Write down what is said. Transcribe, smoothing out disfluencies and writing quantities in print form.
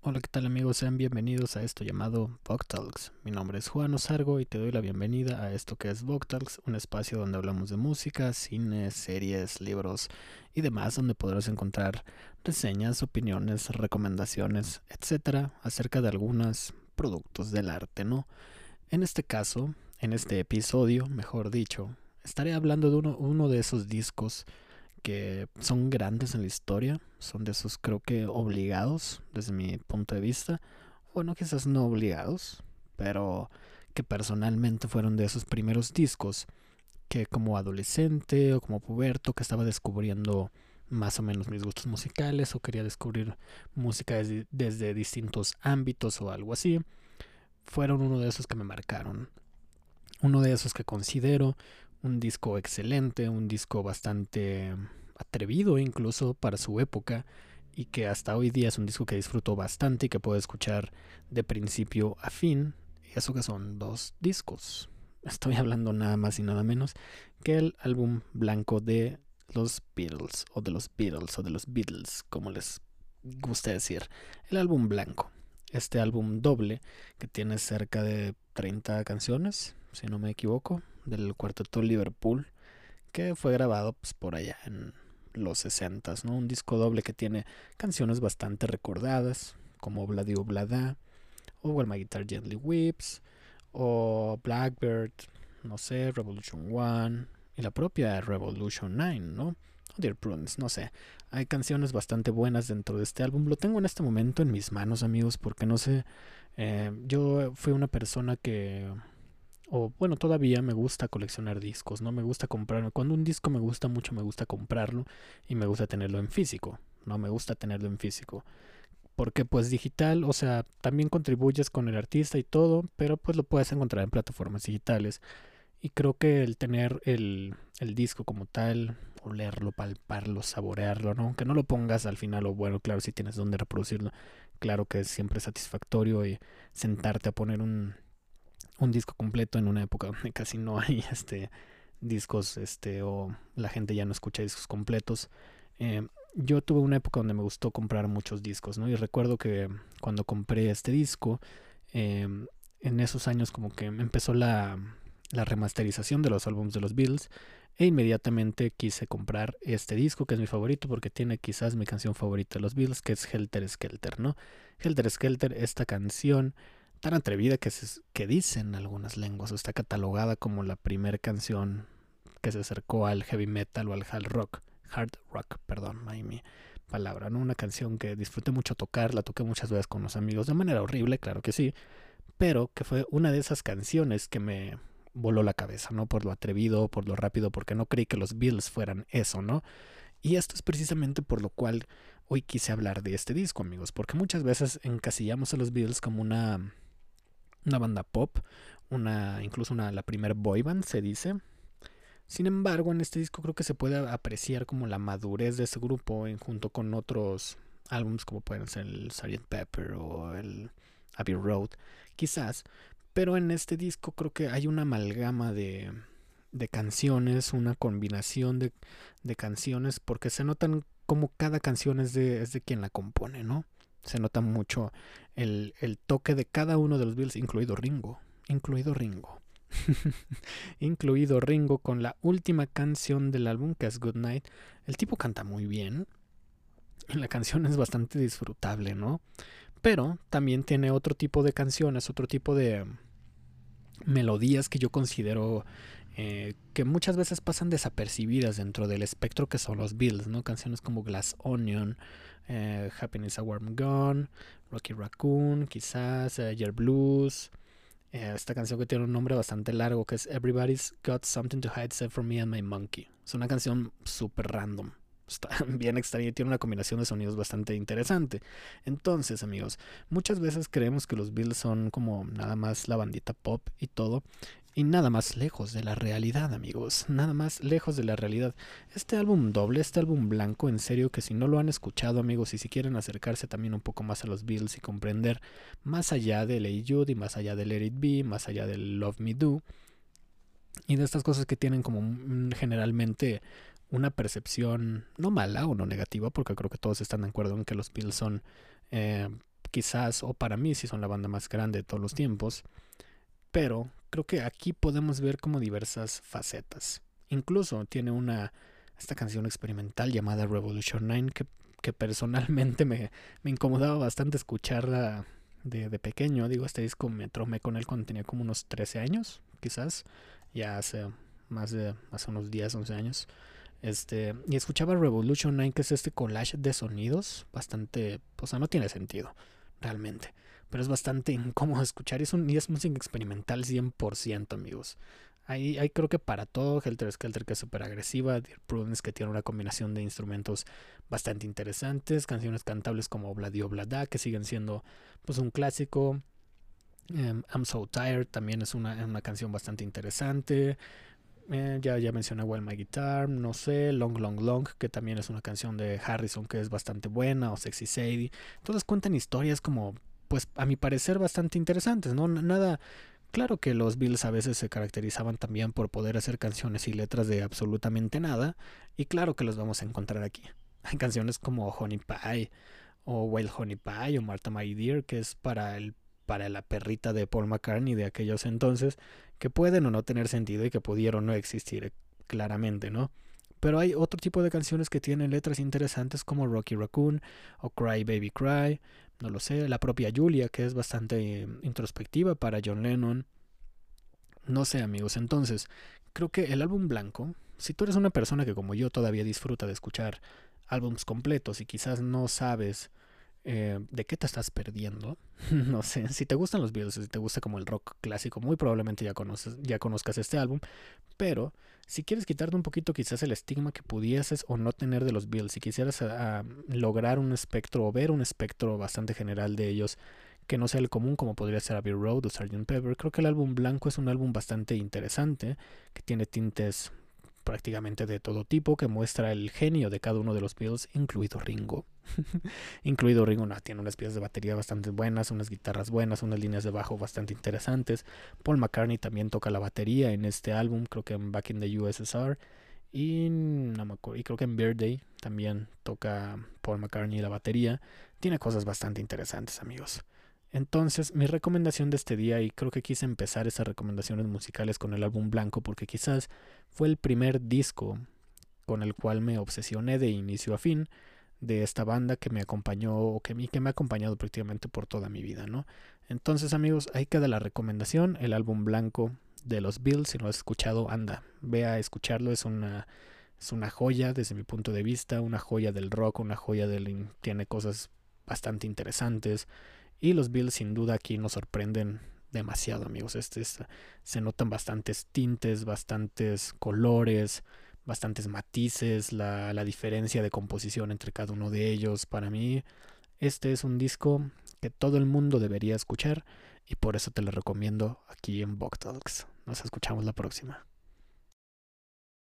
Hola, ¿qué tal amigos? Sean bienvenidos a esto llamado Vogue Talks. Mi nombre es Juan Osargo y te doy la bienvenida a esto que es Vogue Talks, un espacio donde hablamos de música, cine, series, libros y demás, donde podrás encontrar reseñas, opiniones, recomendaciones, etcétera, acerca de algunos productos del arte, ¿no? En este caso, en este episodio, mejor dicho, estaré hablando de uno de esos discos que son grandes en la historia, son de esos creo que obligados desde mi punto de vista, bueno, quizás no obligados, pero que personalmente fueron de esos primeros discos que como adolescente o como puberto que estaba descubriendo más o menos mis gustos musicales o quería descubrir música desde distintos ámbitos o algo así, fueron uno de esos que me marcaron, uno de esos que considero un disco excelente, un disco bastante atrevido incluso para su época y que hasta hoy día es un disco que disfruto bastante y que puedo escuchar de principio a fin. Y eso que son dos discos. Estoy hablando nada más y nada menos que el álbum blanco de los Beatles o de los Beatles o de los Beatles, como les gusta decir. El álbum blanco. Este álbum doble que tiene cerca de 30 canciones, si no me equivoco, del cuarteto Liverpool, que fue grabado pues, por allá en los 60, ¿no? Un disco doble que tiene canciones bastante recordadas, como Bladi Blada, o While My Guitar Gently Weeps, o Blackbird, no sé, Revolution One, y la propia Revolution 9, ¿no? O Dear Prudence, no sé. Hay canciones bastante buenas dentro de este álbum. Lo tengo en este momento en mis manos, amigos, porque no sé. Yo fui una persona que o bueno, todavía me gusta coleccionar discos, ¿no? Me gusta comprarme. Cuando un disco me gusta mucho, me gusta comprarlo y me gusta tenerlo en físico, ¿no? Me gusta tenerlo en físico. Porque pues digital, o sea, también contribuyes con el artista y todo, pero pues lo puedes encontrar en plataformas digitales. Y creo que el tener el disco como tal, olerlo, palparlo, saborearlo, ¿no? Aunque no lo pongas al final, o bueno, claro, si tienes donde reproducirlo, claro que es siempre satisfactorio y sentarte a poner un disco completo en una época donde casi no hay discos o la gente ya no escucha discos completos. Yo tuve una época donde me gustó comprar muchos discos, ¿no? Y recuerdo que cuando compré este disco, eh, en esos años como que empezó la remasterización de los álbumes de los Beatles e inmediatamente quise comprar este disco que es mi favorito porque tiene quizás mi canción favorita de los Beatles, que es Helter Skelter, ¿no? Helter Skelter, esta canción tan atrevida que dicen algunas lenguas, o está catalogada como la primera canción que se acercó al heavy metal o al hard rock, perdón, ahí mi palabra, ¿no? Una canción que disfruté mucho tocar, la toqué muchas veces con los amigos, de manera horrible, claro que sí, pero que fue una de esas canciones que me voló la cabeza, ¿no? Por lo atrevido, por lo rápido, porque no creí que los Beatles fueran eso, ¿no? Y esto es precisamente por lo cual hoy quise hablar de este disco, amigos, porque muchas veces encasillamos a los Beatles como una banda pop, incluso la primer boy band se dice. Sin embargo, en este disco creo que se puede apreciar como la madurez de ese grupo junto con otros álbumes como pueden ser el Sgt. Pepper o el Abbey Road, quizás. Pero en este disco creo que hay una amalgama de canciones, una combinación de canciones, porque se notan como cada canción es de quien la compone, ¿no? Se nota mucho el toque de cada uno de los Beatles, incluido Ringo, incluido Ringo con la última canción del álbum que es Good Night. El tipo canta muy bien, y la canción es bastante disfrutable, ¿no? Pero también tiene otro tipo de canciones, otro tipo de melodías que yo considero que muchas veces pasan desapercibidas dentro del espectro que son los Beatles, ¿no? Canciones como Glass Onion, Happiness a Warm Gone, Rocky Raccoon, quizás Ayer Blues. Esta canción que tiene un nombre bastante largo que es Everybody's Got Something to Hide Except for Me and My Monkey. Es una canción súper random. Está bien extraña y tiene una combinación de sonidos bastante interesante. Entonces, amigos, muchas veces creemos que los Beatles son como nada más la bandita pop y todo. Y nada más lejos de la realidad, amigos. Nada más lejos de la realidad. Este álbum doble, este álbum blanco, en serio que si no lo han escuchado, amigos, y si quieren acercarse también un poco más a los Beatles y comprender más allá de Hey Jude y más allá de Let It Be, más allá de Love Me Do, y de estas cosas que tienen como generalmente una percepción no mala o no negativa, porque creo que todos están de acuerdo en que los Beatles son eh, quizás, o para mí sí son la banda más grande de todos los tiempos, pero creo que aquí podemos ver como diversas facetas. Incluso tiene esta canción experimental llamada Revolution 9 que personalmente me incomodaba bastante escucharla de pequeño. Digo, este disco me tromé con él cuando tenía como unos 13 años, quizás, ya hace unos 10 11 años. Y escuchaba Revolution 9, que es este collage de sonidos bastante, o sea, no tiene sentido, realmente. Pero es bastante incómodo escuchar. Y es música experimental 100%, amigos. Hay creo que para todo, Helter Skelter, que es súper agresiva, Dear Prudence, que tiene una combinación de instrumentos bastante interesantes, canciones cantables como Obladi Oblada, que siguen siendo pues un clásico. I'm So Tired también es una canción bastante interesante. Ya mencioné Well My Guitar, no sé, Long Long Long, que también es una canción de Harrison que es bastante buena, o Sexy Sadie. Todas cuentan historias como, pues a mi parecer, bastante interesantes, ¿no? Nada, claro que los Beatles a veces se caracterizaban también por poder hacer canciones y letras de absolutamente nada, y claro que los vamos a encontrar aquí. Hay canciones como Honey Pie, o Wild Honey Pie, o Martha My Dear, que es para la perrita de Paul McCartney de aquellos entonces, que pueden o no tener sentido y que pudieron no existir claramente, ¿no? Pero hay otro tipo de canciones que tienen letras interesantes como Rocky Raccoon o Cry Baby Cry, no lo sé, la propia Julia, que es bastante introspectiva para John Lennon. No sé, amigos, entonces, creo que el álbum blanco, si tú eres una persona que como yo todavía disfruta de escuchar álbums completos y quizás no sabes de qué te estás perdiendo. No sé, si te gustan los Beatles, si te gusta como el rock clásico, muy probablemente ya conozcas este álbum, pero si quieres quitarte un poquito quizás el estigma que pudieses o no tener de los Beatles, si quisieras lograr un espectro o ver un espectro bastante general de ellos que no sea el común como podría ser Abbey Road o Sgt. Pepper, creo que el álbum blanco es un álbum bastante interesante, que tiene tintes prácticamente de todo tipo, que muestra el genio de cada uno de los Beatles, incluido Ringo. Incluido Ringo, no, tiene unas piezas de batería bastante buenas, unas guitarras buenas, unas líneas de bajo bastante interesantes. Paul McCartney también toca la batería en este álbum, creo que en Back in the USSR. Y, no me acuerdo, y creo que en Birthday también toca Paul McCartney la batería. Tiene cosas bastante interesantes, amigos. Entonces, mi recomendación de este día, y creo que quise empezar esas recomendaciones musicales con el álbum blanco, porque quizás fue el primer disco con el cual me obsesioné de inicio a fin de esta banda que me acompañó que me ha acompañado prácticamente por toda mi vida, ¿no? Entonces, amigos, ahí queda la recomendación, el álbum blanco de los Beatles. Si no has escuchado, anda, ve a escucharlo. Es una joya desde mi punto de vista, una joya del rock, una joya tiene cosas bastante interesantes. Y los Beatles sin duda aquí nos sorprenden demasiado, amigos. Se notan bastantes tintes, bastantes colores, bastantes matices, la diferencia de composición entre cada uno de ellos. Para mí, este es un disco que todo el mundo debería escuchar y por eso te lo recomiendo aquí en Vogue Talks. Nos escuchamos la próxima.